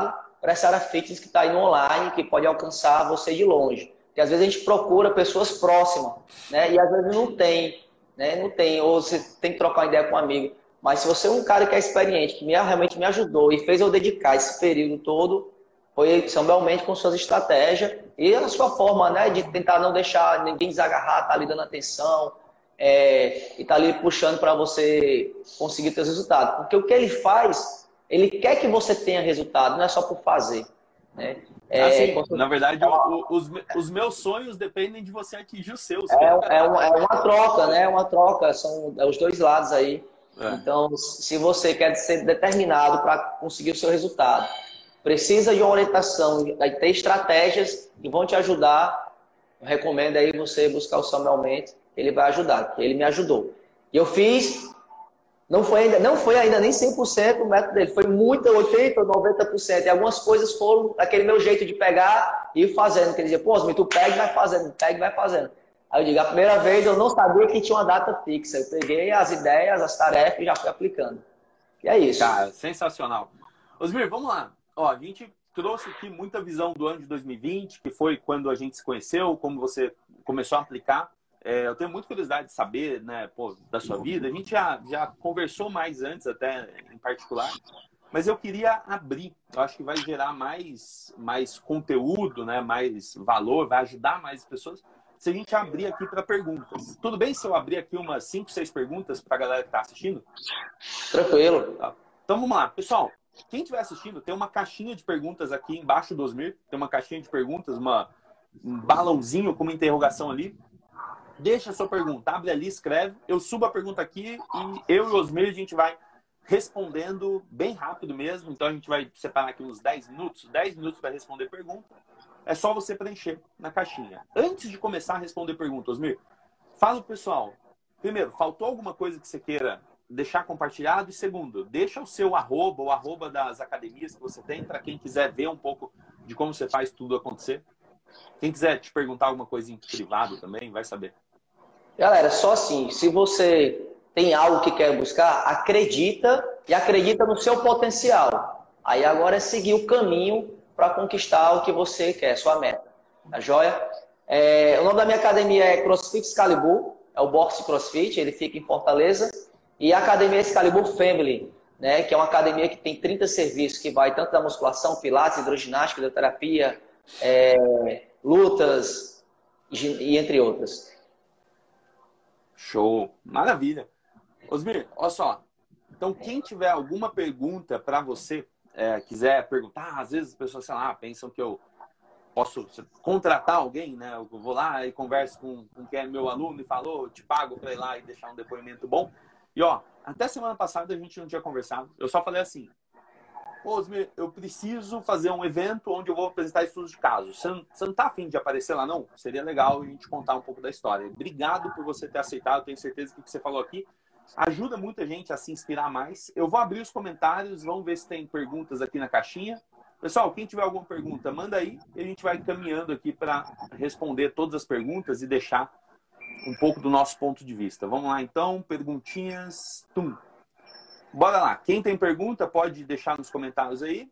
para essa área fitness que está aí no online, que pode alcançar você de longe. Porque às vezes a gente procura pessoas próximas, né? E às vezes não tem, né? Não tem, ou você tem que trocar uma ideia com um amigo. Mas se você é um cara que é experiente, que me, realmente me ajudou e fez eu dedicar esse período todo, foi São Belmente com suas estratégias e a sua forma, né, de tentar não deixar ninguém desagarrar, tá ali dando atenção, é, e tá ali puxando para você conseguir ter os resultados. Porque o que ele faz, ele quer que você tenha resultado, não é só por fazer. Né? É, assim, você... Na verdade, o, o, os, os meus sonhos dependem de você atingir os seus. É, é, uma, é uma troca, né? É uma troca, são é os dois lados aí. É. Então, se você quer ser determinado para conseguir o seu resultado, precisa de uma orientação, de ter estratégias que vão te ajudar. Eu recomendo aí você buscar o Samuel Mendes, ele vai ajudar, porque ele me ajudou. E eu fiz, não foi ainda, não foi ainda nem cem por cento o método dele, foi muito, oitenta por cento, noventa por cento. E algumas coisas foram aquele meu jeito de pegar e ir fazendo. Que ele dizia, pô, tu pega e vai fazendo, pega e vai fazendo. Aí eu digo, a primeira vez eu não sabia que tinha uma data fixa. Eu peguei as ideias, as tarefas e já fui aplicando. E é isso. Cara, sensacional. Osmir, vamos lá. Ó, a gente trouxe aqui muita visão do ano de dois mil e vinte, que foi quando a gente se conheceu, como você começou a aplicar. É, eu tenho muita curiosidade de saber, né, pô, da sua vida. A gente já, já conversou mais antes, até em particular. Mas eu queria abrir. Eu acho que vai gerar mais, mais conteúdo, né, mais valor, vai ajudar mais pessoas. Se a gente abrir aqui para perguntas. Tudo bem se eu abrir aqui umas cinco, seis perguntas para a galera que está assistindo? Tranquilo. Tá. Então vamos lá. Pessoal, quem estiver assistindo, tem uma caixinha de perguntas aqui embaixo do Osmir. Tem uma caixinha de perguntas, uma, um balãozinho com uma interrogação ali. Deixa a sua pergunta, abre ali, escreve. Eu subo a pergunta aqui e eu e o Osmir a gente vai respondendo bem rápido mesmo. Então a gente vai separar aqui uns dez minutos. dez minutos para responder pergunta. É só você preencher na caixinha. Antes de começar a responder perguntas, Osmir, fala pro pessoal. Primeiro, faltou alguma coisa que você queira deixar compartilhado? E segundo, deixa o seu arroba, o arroba das academias que você tem, para quem quiser ver um pouco de como você faz tudo acontecer. Quem quiser te perguntar alguma coisa em privado também, vai saber. Galera, só assim, se você tem algo que quer buscar, acredita e acredita no seu potencial. Aí agora é seguir o caminho para conquistar o que você quer, sua meta. Tá joia? É, o nome da minha academia é CrossFit Excalibur, é o boxe CrossFit, ele fica em Fortaleza. E a academia Excalibur Family, né, que é uma academia que tem trinta serviços, que vai tanto da musculação, pilates, hidroginástica, hidroterapia, é, lutas e entre outras. Show! Maravilha! Osmir, olha só. Então, quem tiver alguma pergunta para você, É, quiser perguntar, às vezes as pessoas, sei lá, pensam que eu posso contratar alguém, né? Eu vou lá e converso com, com quem é meu aluno e falo, te pago para ir lá e deixar um depoimento bom. E ó, até semana passada a gente não tinha conversado. Eu só falei assim, pô, Osmir, eu preciso fazer um evento onde eu vou apresentar estudos de caso. Você não, você não tá afim de aparecer lá, não? Seria legal a gente contar um pouco da história. Obrigado por você ter aceitado. Tenho certeza que o que você falou aqui ajuda muita gente a se inspirar mais. Eu vou abrir os comentários, vamos ver se tem perguntas aqui na caixinha. Pessoal, quem tiver alguma pergunta, manda aí. E a gente vai caminhando aqui para responder todas as perguntas e deixar um pouco do nosso ponto de vista. Vamos lá, então. Perguntinhas. Tum. Bora lá. Quem tem pergunta, pode deixar nos comentários aí.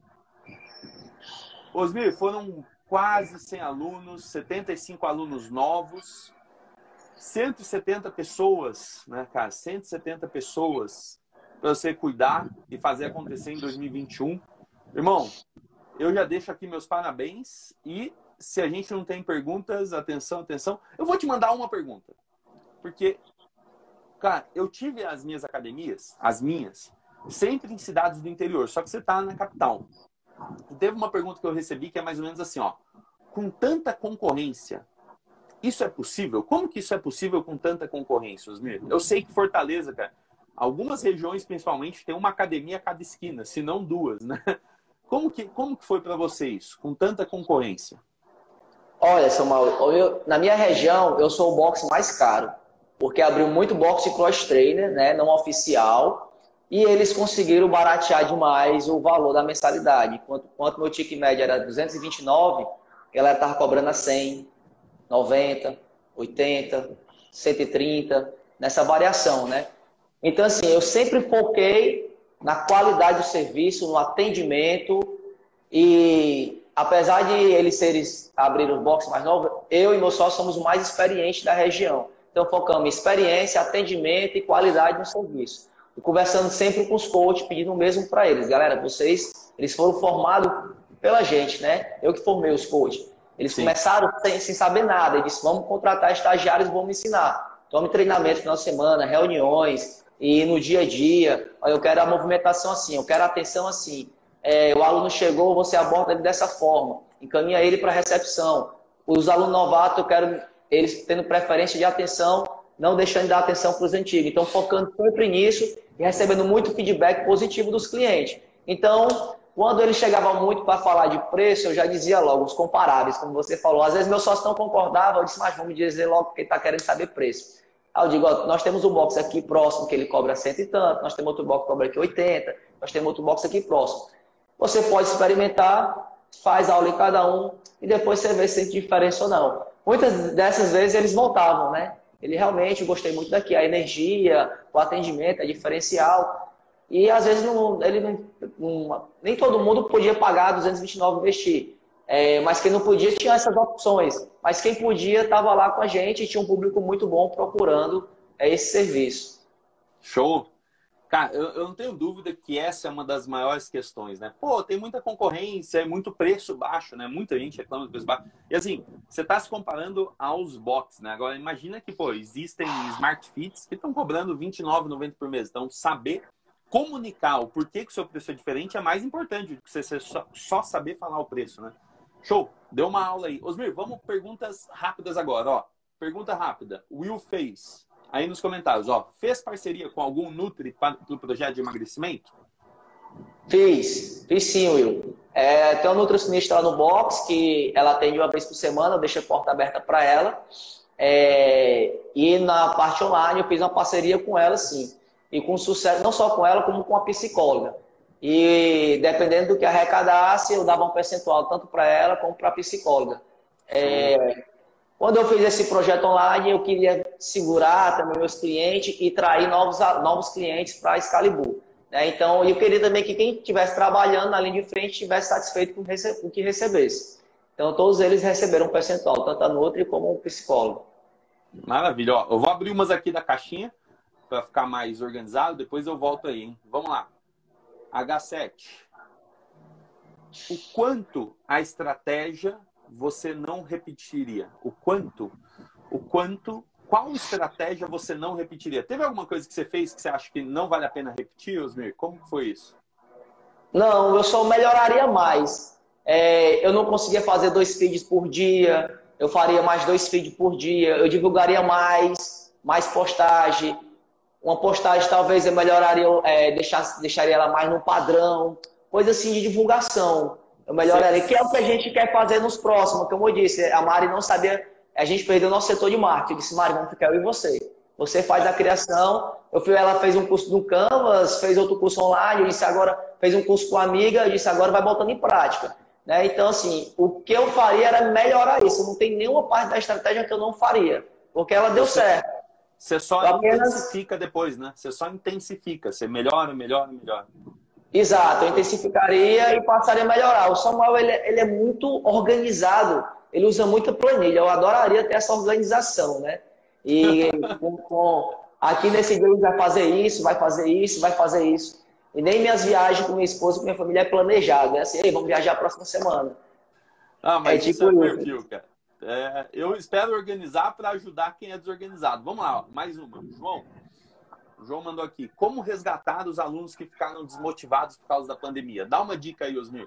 Osmir, foram quase cem alunos, setenta e cinco alunos novos. cento e setenta pessoas, né, cara? cento e setenta pessoas para você cuidar e fazer acontecer em dois mil e vinte e um. Irmão, eu já deixo aqui meus parabéns e se a gente não tem perguntas, atenção, atenção, eu vou te mandar uma pergunta. Porque, cara, eu tive as minhas academias, as minhas, sempre em cidades do interior, só que você tá na capital. E teve uma pergunta que eu recebi que é mais ou menos assim, ó. Com tanta concorrência, isso é possível? Como que isso é possível com tanta concorrência, Osmir? Eu sei que Fortaleza, cara, algumas regiões principalmente tem uma academia a cada esquina, se não duas, né? Como que, como que foi para vocês, com tanta concorrência? Olha, Samuel, eu, na minha região, eu sou o boxe mais caro, porque abriu muito boxe cross trainer, né, não oficial, e eles conseguiram baratear demais o valor da mensalidade. Enquanto, enquanto meu ticket médio era duzentos e vinte e nove, ela estava cobrando a cem, noventa, oitenta, cento e trinta, nessa variação, né? Então, assim, eu sempre foquei na qualidade do serviço, no atendimento E apesar de eles seres abrir os boxes mais novos, eu e meu sócio somos os mais experientes da região. Então focamos em experiência, atendimento e qualidade no serviço. E conversando sempre com os coaches, pedindo o mesmo para eles. Galera, vocês, eles foram formados pela gente, né? Eu que formei os coaches. Eles Sim. começaram sem, sem saber nada. Eles disseram, vamos contratar estagiários e vamos ensinar. Tome treinamento no final de semana, reuniões e no dia a dia. Eu quero a movimentação assim, eu quero a atenção assim. É, o aluno chegou, você aborda ele dessa forma. Encaminha ele para a recepção. Os alunos novatos, eu quero eles tendo preferência de atenção, não deixando de dar atenção para os antigos. Então, focando sempre nisso e recebendo muito feedback positivo dos clientes. Então, quando ele chegava muito para falar de preço, eu já dizia logo, os comparáveis, como você falou. Às vezes, meu sócio não concordava, eu disse, mas vamos dizer logo porque ele está querendo saber preço. Aí eu digo, ó, nós temos um box aqui próximo que ele cobra cento e tanto, nós temos outro box que cobra aqui oitenta, nós temos outro box aqui próximo. Você pode experimentar, faz aula em cada um e depois você vê se tem diferença ou não. Muitas dessas vezes eles voltavam, né? Ele realmente, eu gostei muito daqui, a energia, o atendimento é diferencial. E às vezes não, ele não, não, nem todo mundo podia pagar duzentos e vinte e nove reais investir. É, mas quem não podia tinha essas opções. Mas quem podia estava lá com a gente e tinha um público muito bom procurando é, esse serviço. Show! Cara, eu, eu não tenho dúvida que essa é uma das maiores questões, né? Pô, tem muita concorrência, é muito preço baixo, né? Muita gente reclama do preço baixo. E assim, você está se comparando aos box, né? Agora, imagina que, pô, existem Smart Fits que estão cobrando vinte e nove reais e noventa centavos por mês. Então, saber comunicar o porquê que o seu preço é diferente é mais importante do que você só, só saber falar o preço, né? Show! Deu uma aula aí. Osmir, vamos perguntas rápidas agora, ó. Pergunta rápida. Will fez... Aí nos comentários, ó, fez parceria com algum Nutri para o projeto de emagrecimento? Fiz, fiz sim, Will. É, tem uma nutricionista lá no box que ela atende uma vez por semana, eu deixo a porta aberta para ela. É, e na parte online eu fiz uma parceria com ela, sim. E com sucesso, não só com ela, como com a psicóloga. E dependendo do que arrecadasse, eu dava um percentual tanto para ela como para a psicóloga. É, Quando eu fiz esse projeto online, eu queria segurar também meus clientes e trair novos, novos clientes para a Excalibur. Né? Então, eu queria também que quem estivesse trabalhando na linha de frente estivesse satisfeito com o que recebesse. Então, todos eles receberam um percentual, tanto a Nutri como o psicólogo. Maravilha. Ó, eu vou abrir umas aqui da caixinha para ficar mais organizado, depois eu volto aí, hein? Vamos lá. H sete. O quanto a estratégia você não repetiria? O quanto? O quanto? Qual estratégia você não repetiria? Teve alguma coisa que você fez que você acha que não vale a pena repetir, Osmir? Como foi isso? Não, eu só melhoraria mais. É, eu não conseguia fazer dois feeds por dia, eu faria mais dois feeds por dia, eu divulgaria mais, mais postagem. Uma postagem talvez eu melhoraria, é, deixasse, deixaria ela mais no padrão, coisa assim de divulgação. Eu melhoraria, que é o que a gente quer fazer nos próximos. Como eu disse, a Mari não sabia, a gente perdeu o nosso setor de marketing. Eu disse, Mari, vamos ficar eu e você. Você faz a criação. Eu fui, ela fez um curso no Canvas, fez outro curso online, eu disse agora, fez um curso com a amiga, eu disse agora vai botando em prática. Né? Então, assim, o que eu faria era melhorar isso. Não tem nenhuma parte da estratégia que eu não faria, porque ela deu você, certo. Você só apenas... intensifica depois, né? Você só intensifica, você melhora, melhora, melhora. Exato, eu intensificaria e passaria a melhorar. O Samuel ele, ele é muito organizado, ele usa muita planilha. Eu adoraria ter essa organização, né? E com, com, aqui nesse dia ele vai fazer isso, vai fazer isso, vai fazer isso. E nem minhas viagens com minha esposa, com minha família é planejada. É assim, ei, vamos viajar a próxima semana. Ah, mas é isso tipo é perfil, cara. É, eu espero organizar para ajudar quem é desorganizado. Vamos lá, ó, mais uma. João. O João mandou aqui. Como resgatar os alunos que ficaram desmotivados por causa da pandemia? Dá uma dica aí, Osmir.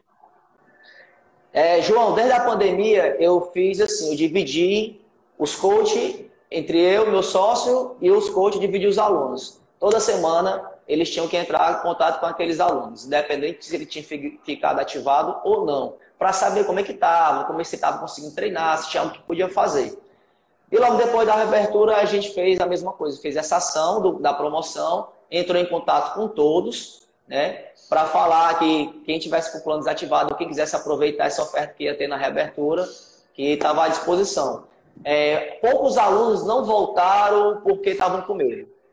É, João, desde a pandemia eu fiz assim, eu dividi os coaches entre eu, meu sócio e os coaches, dividi os alunos. Toda semana eles tinham que entrar em contato com aqueles alunos, independente se ele tinha ficado ativado ou não, para saber como é que estava, como é que você estava conseguindo treinar, se tinha algo que podia fazer. E logo depois da reabertura, a gente fez a mesma coisa. Fez essa ação do, da promoção, entrou em contato com todos, né? Para falar que quem tivesse com o plano desativado, quem quisesse aproveitar essa oferta que ia ter na reabertura, que estava à disposição. É, poucos alunos não voltaram porque estavam com medo.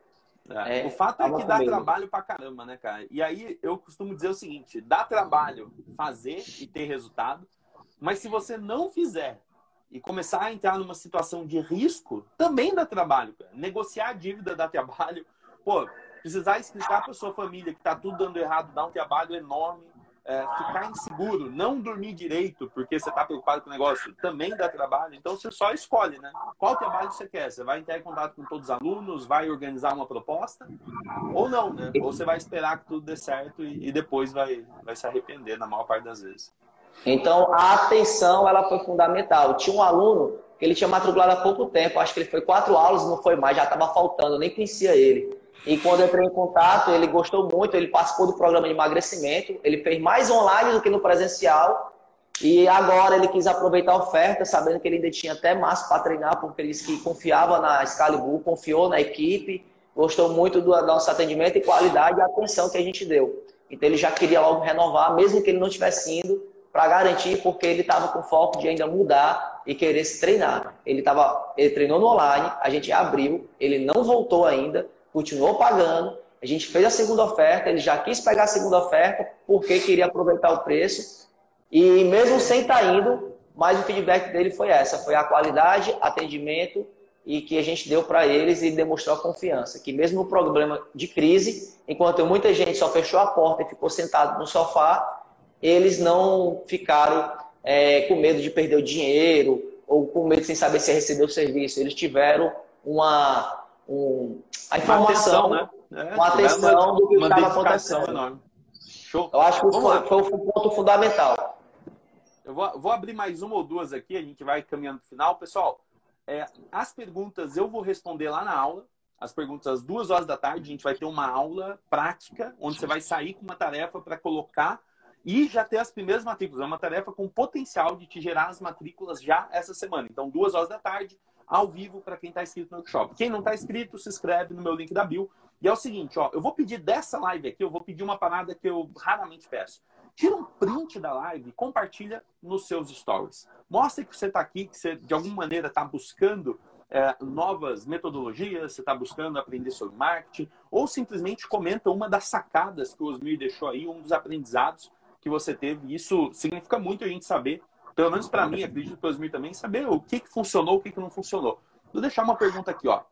É, É, o fato é tava que com dá medo. trabalho pra caramba, né, cara? E aí eu costumo dizer o seguinte: dá trabalho fazer e ter resultado, mas se você não fizer e começar a entrar numa situação de risco, também dá trabalho, cara. Negociar a dívida dá trabalho. Pô, precisar explicar para sua família que tá tudo dando errado dá um trabalho enorme. É, ficar inseguro, não dormir direito porque você está preocupado com o negócio, também dá trabalho. Então você só escolhe, né? Qual trabalho você quer? Você vai entrar em contato com todos os alunos, vai organizar uma proposta, ou não, né? Ou você vai esperar que tudo dê certo e, e depois vai, vai se arrepender, na maior parte das vezes. Então, a atenção ela foi fundamental. Tinha um aluno que ele tinha matriculado há pouco tempo, acho que ele foi quatro aulas, não foi mais, já estava faltando, eu nem conhecia ele. E quando eu entrei em contato, ele gostou muito, ele participou do programa de emagrecimento, ele fez mais online do que no presencial, e agora ele quis aproveitar a oferta, sabendo que ele ainda tinha até massa para treinar, porque ele disse que confiava na Excalibur, confiou na equipe, gostou muito do nosso atendimento e qualidade e atenção que a gente deu. Então ele já queria logo renovar, mesmo que ele não tivesse indo, para garantir, porque ele estava com foco de ainda mudar e querer se treinar. Ele, tava, ele treinou no online, a gente abriu, ele não voltou ainda, continuou pagando, a gente fez a segunda oferta, ele já quis pegar a segunda oferta porque queria aproveitar o preço, e mesmo sem estar indo, mas o feedback dele foi essa, foi a qualidade, atendimento e que a gente deu para eles e demonstrou a confiança, que mesmo no problema de crise, enquanto muita gente só fechou a porta e ficou sentado no sofá, eles não ficaram é, com medo de perder o dinheiro ou com medo sem saber se ia receber o serviço. Eles tiveram uma, um, a informação, Uma atenção, né? É, uma atenção uma, do que uma estava dedicação acontecendo. enorme. Show. Eu acho que Vamos foi, lá. foi o ponto fundamental. Eu vou, vou abrir mais uma ou duas aqui, a gente vai caminhando para o final. Pessoal, é, as perguntas eu vou responder lá na aula. As perguntas às duas horas da tarde, a gente vai ter uma aula prática, onde você vai sair com uma tarefa para colocar e já ter as primeiras matrículas. É uma tarefa com potencial de te gerar as matrículas já essa semana. Então, duas horas da tarde, ao vivo, para quem está inscrito no workshop. Quem não está inscrito, se inscreve no meu link da bio. E é o seguinte, ó, eu vou pedir dessa live aqui, eu vou pedir uma parada que eu raramente peço. Tira um print da live e compartilha nos seus stories. Mostra que você está aqui, que você, de alguma maneira, está buscando é, novas metodologias, você está buscando aprender sobre marketing, ou simplesmente comenta uma das sacadas que o Osmir deixou aí, um dos aprendizados que você teve. Isso significa muito a gente saber, pelo menos para mim, acredito que o Osmir também, saber o que, que funcionou, o que, que não funcionou. Vou deixar uma pergunta aqui, ó.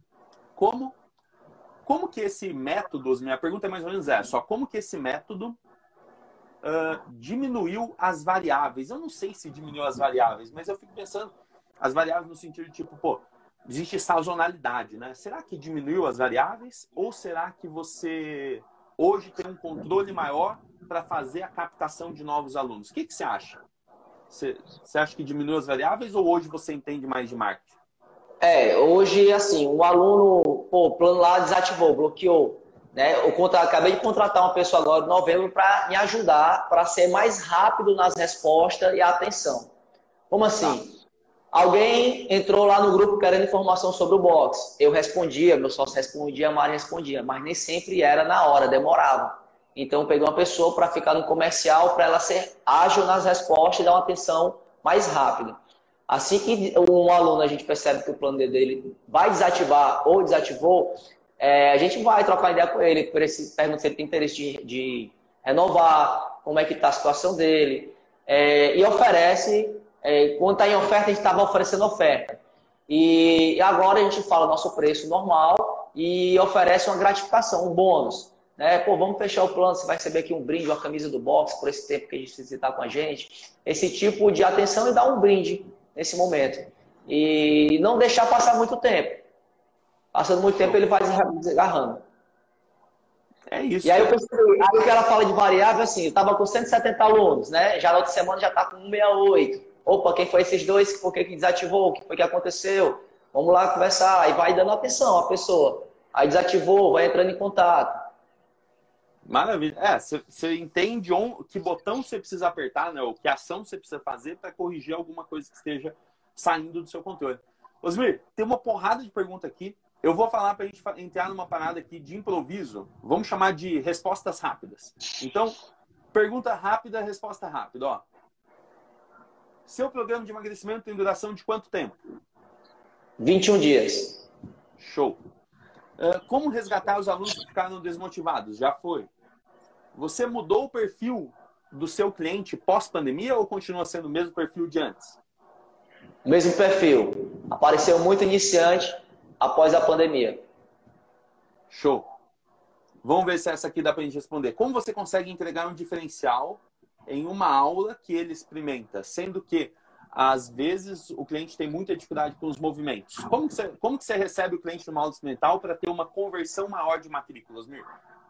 Como, como que esse método, Osmir, a pergunta é mais ou menos essa, ó, como que esse método uh, diminuiu as variáveis? Eu não sei se diminuiu as variáveis, mas eu fico pensando, as variáveis no sentido de tipo, pô, existe sazonalidade, né? Será que diminuiu as variáveis? Ou será que você hoje tem um controle maior para fazer a captação de novos alunos? O que, que você acha? Você, você acha que diminui as variáveis ou hoje você entende mais de marketing? É, hoje, assim, o aluno, pô, o plano lá desativou, bloqueou. Né? Eu contra... acabei de contratar uma pessoa agora em novembro para me ajudar, para ser mais rápido nas respostas e a atenção. Como assim? Tá. Alguém entrou lá no grupo querendo informação sobre o box. Eu respondia, meu sócio respondia, a Mari respondia, mas nem sempre era na hora, demorava. Então eu peguei uma pessoa para ficar no comercial, para ela ser ágil nas respostas e dar uma atenção mais rápida. Assim que um aluno a gente percebe que o plano dele vai desativar ou desativou, é, a gente vai trocar ideia com ele, pergunta se ele tem interesse de, de renovar, como é que está a situação dele, é, e oferece, é, quando está em oferta, a gente estava oferecendo oferta. E agora a gente fala o nosso preço normal e oferece uma gratificação, um bônus. Né? Pô, vamos fechar o plano, você vai receber aqui um brinde, uma camisa do box por esse tempo que a gente visitar com a gente. Esse tipo de atenção e dar um brinde nesse momento. E não deixar passar muito tempo. Passando muito tempo, ele vai desgarrando. É isso. E aí eu percebi, aí que ela fala de variável, assim, eu estava com cento e setenta alunos, né? Já na outra semana já está com cento e sessenta e oito. Opa, quem foi esses dois? Por que que desativou? O que foi que aconteceu? Vamos lá conversar. Aí vai dando atenção à pessoa. Aí desativou, vai entrando em contato. Maravilha. É, você entende on, que botão você precisa apertar, né? Ou que ação você precisa fazer para corrigir alguma coisa que esteja saindo do seu controle. Osmir, tem uma porrada de pergunta aqui. Eu vou falar para a gente entrar numa parada aqui de improviso. Vamos chamar de respostas rápidas. Então, pergunta rápida, resposta rápida. Ó. Seu programa de emagrecimento tem duração de quanto tempo? vinte e um dias. Show. Uh, como resgatar os alunos que ficaram desmotivados? Já foi. Você mudou o perfil do seu cliente pós-pandemia ou continua sendo o mesmo perfil de antes? O mesmo perfil. Apareceu muito iniciante após a pandemia. Show. Vamos ver se essa aqui dá para a gente responder. Como você consegue entregar um diferencial em uma aula que ele experimenta, sendo que às vezes o cliente tem muita dificuldade com os movimentos? Como que você, como que você recebe o cliente numa aula experimental para ter uma conversão maior de matrículas, Mir?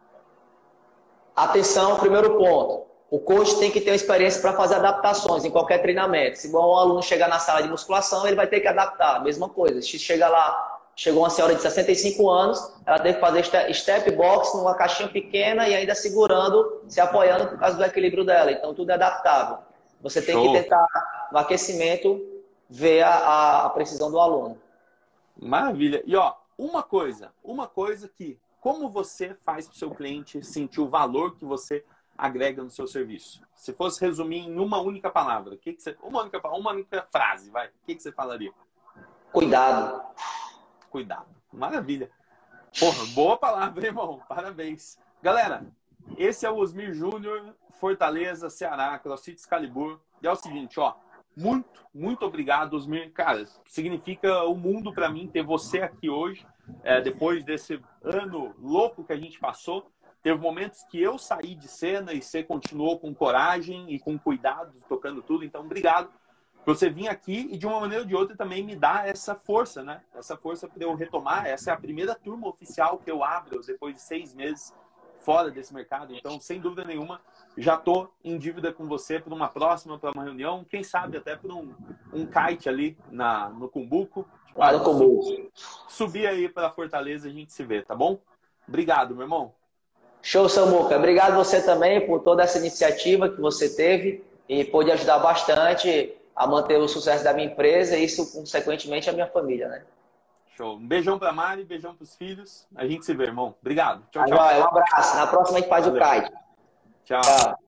Atenção, primeiro ponto. O coach tem que ter uma experiência para fazer adaptações em qualquer treinamento. Se um aluno chegar na sala de musculação, ele vai ter que adaptar. Mesma coisa. Se chega lá, chegou uma senhora de sessenta e cinco anos, ela teve que fazer step box numa caixinha pequena e ainda segurando, se apoiando por causa do equilíbrio dela. Então, tudo é adaptável. Você tem Show. que tentar, no aquecimento, ver a, a precisão do aluno. Maravilha. E ó, uma coisa, uma coisa que, como você faz para o seu cliente sentir o valor que você agrega no seu serviço? Se fosse resumir em uma única palavra, o que que você, uma única, uma única frase, vai, o que que você falaria? Cuidado. Cuidado. Maravilha. Porra, boa palavra, irmão. Parabéns. Galera, esse é o Osmir Júnior, Fortaleza, Ceará, CrossFit Excalibur. E é o seguinte, ó, muito, muito obrigado, Osmir. Cara, significa o mundo para mim ter você aqui hoje, é, depois desse ano louco que a gente passou. Teve momentos que eu saí de cena e você continuou com coragem e com cuidado, tocando tudo. Então, obrigado por você vir aqui e, de uma maneira ou de outra, também me dar essa força, né? Essa força para eu retomar. Essa é a primeira turma oficial que eu abro depois de seis meses fora desse mercado. Então, sem dúvida nenhuma, já estou em dívida com você para uma próxima, para uma reunião. Quem sabe até para um, um kite ali na, no Cumbuco. Lá no Cumbuco. Subir aí para Fortaleza, a gente se vê, tá bom? Obrigado, meu irmão. Show, Samuca. Obrigado você também por toda essa iniciativa que você teve e pôde ajudar bastante a manter o sucesso da minha empresa e isso, consequentemente, a minha família, né? Show. Um beijão pra Mari, beijão pros filhos. A gente se vê, irmão. Obrigado. Tchau, tchau. Agora, um abraço. Na próxima a gente faz Valeu. o kite. Tchau. Tchau.